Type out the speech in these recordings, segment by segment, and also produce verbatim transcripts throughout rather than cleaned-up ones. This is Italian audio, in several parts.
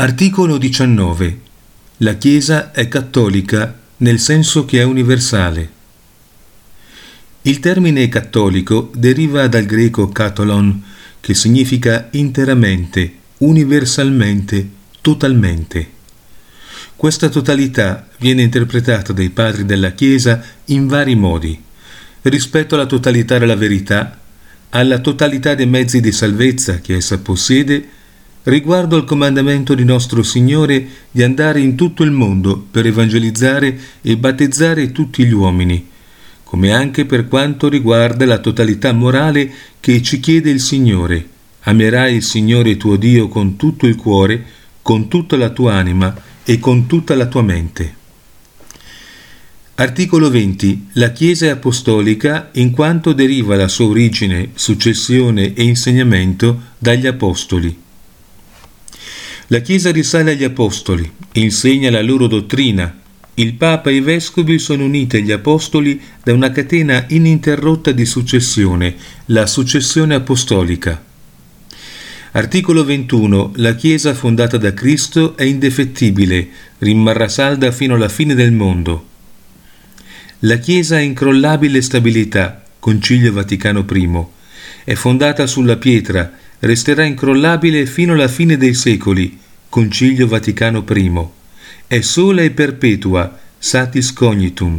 Articolo diciannove. La Chiesa è cattolica nel senso che è universale. Il termine cattolico deriva dal greco katolon, che significa interamente, universalmente, totalmente. Questa totalità viene interpretata dai padri della Chiesa in vari modi, rispetto alla totalità della verità, alla totalità dei mezzi di salvezza che essa possiede, riguardo al comandamento di nostro Signore di andare in tutto il mondo per evangelizzare e battezzare tutti gli uomini, come anche per quanto riguarda la totalità morale che ci chiede il Signore: amerai il Signore tuo Dio con tutto il cuore, con tutta la tua anima e con tutta la tua mente. Articolo venti. La Chiesa è apostolica in quanto deriva la sua origine, successione e insegnamento dagli Apostoli. La Chiesa risale agli Apostoli, insegna la loro dottrina. Il Papa e i Vescovi sono uniti agli Apostoli da una catena ininterrotta di successione, la successione apostolica. Articolo ventuno. La Chiesa fondata da Cristo è indefettibile, rimarrà salda fino alla fine del mondo. La Chiesa ha incrollabile stabilità, Concilio Vaticano I. È fondata sulla pietra, resterà incrollabile fino alla fine dei secoli, Concilio Vaticano I. È sola e perpetua, Satis Cognitum.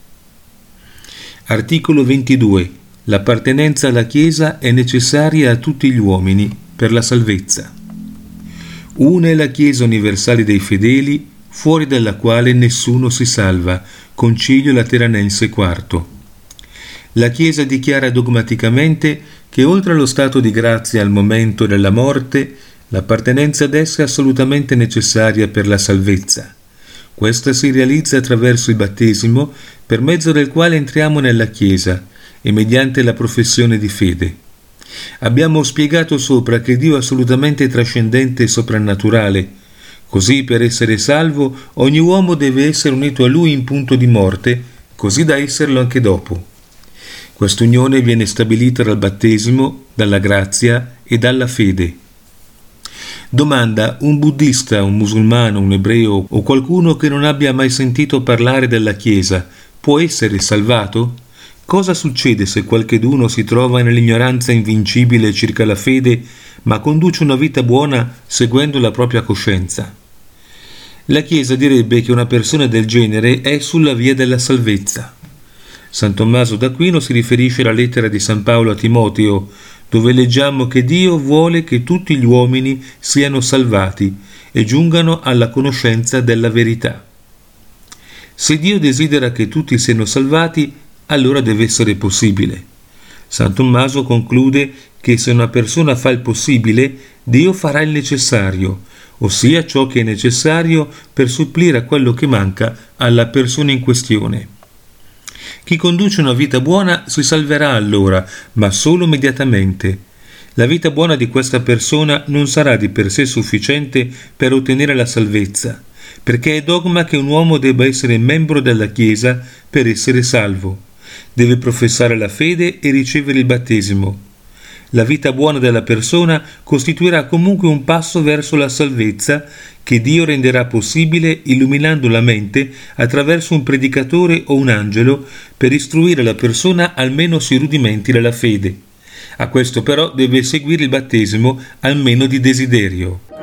Articolo ventidue. L'appartenenza alla Chiesa è necessaria a tutti gli uomini per la salvezza. Una è la Chiesa universale dei fedeli, fuori dalla quale nessuno si salva, Concilio Lateranense quarto. La Chiesa dichiara dogmaticamente che oltre allo stato di grazia al momento della morte, l'appartenenza ad essa è assolutamente necessaria per la salvezza. Questa si realizza attraverso il battesimo, per mezzo del quale entriamo nella Chiesa, e mediante la professione di fede. Abbiamo spiegato sopra che Dio è assolutamente trascendente e soprannaturale. Così, per essere salvo, ogni uomo deve essere unito a Lui in punto di morte, così da esserlo anche dopo. Quest'unione viene stabilita dal battesimo, dalla grazia e dalla fede. Domanda: un buddista, un musulmano, un ebreo o qualcuno che non abbia mai sentito parlare della Chiesa può essere salvato? Cosa succede se qualcheduno si trova nell'ignoranza invincibile circa la fede, ma conduce una vita buona seguendo la propria coscienza? La Chiesa direbbe che una persona del genere è sulla via della salvezza. San Tommaso d'Aquino si riferisce alla lettera di San Paolo a Timoteo, dove leggiamo che Dio vuole che tutti gli uomini siano salvati e giungano alla conoscenza della verità. Se Dio desidera che tutti siano salvati, allora deve essere possibile. San Tommaso conclude che se una persona fa il possibile, Dio farà il necessario, ossia ciò che è necessario per supplire a quello che manca alla persona in questione. Chi conduce una vita buona si salverà allora, ma solo immediatamente. La vita buona di questa persona non sarà di per sé sufficiente per ottenere la salvezza, perché è dogma che un uomo debba essere membro della Chiesa per essere salvo. Deve professare la fede e ricevere il battesimo. La vita buona della persona costituirà comunque un passo verso la salvezza che Dio renderà possibile illuminando la mente attraverso un predicatore o un angelo per istruire la persona almeno sui rudimenti della fede. A questo però deve seguire il battesimo almeno di desiderio.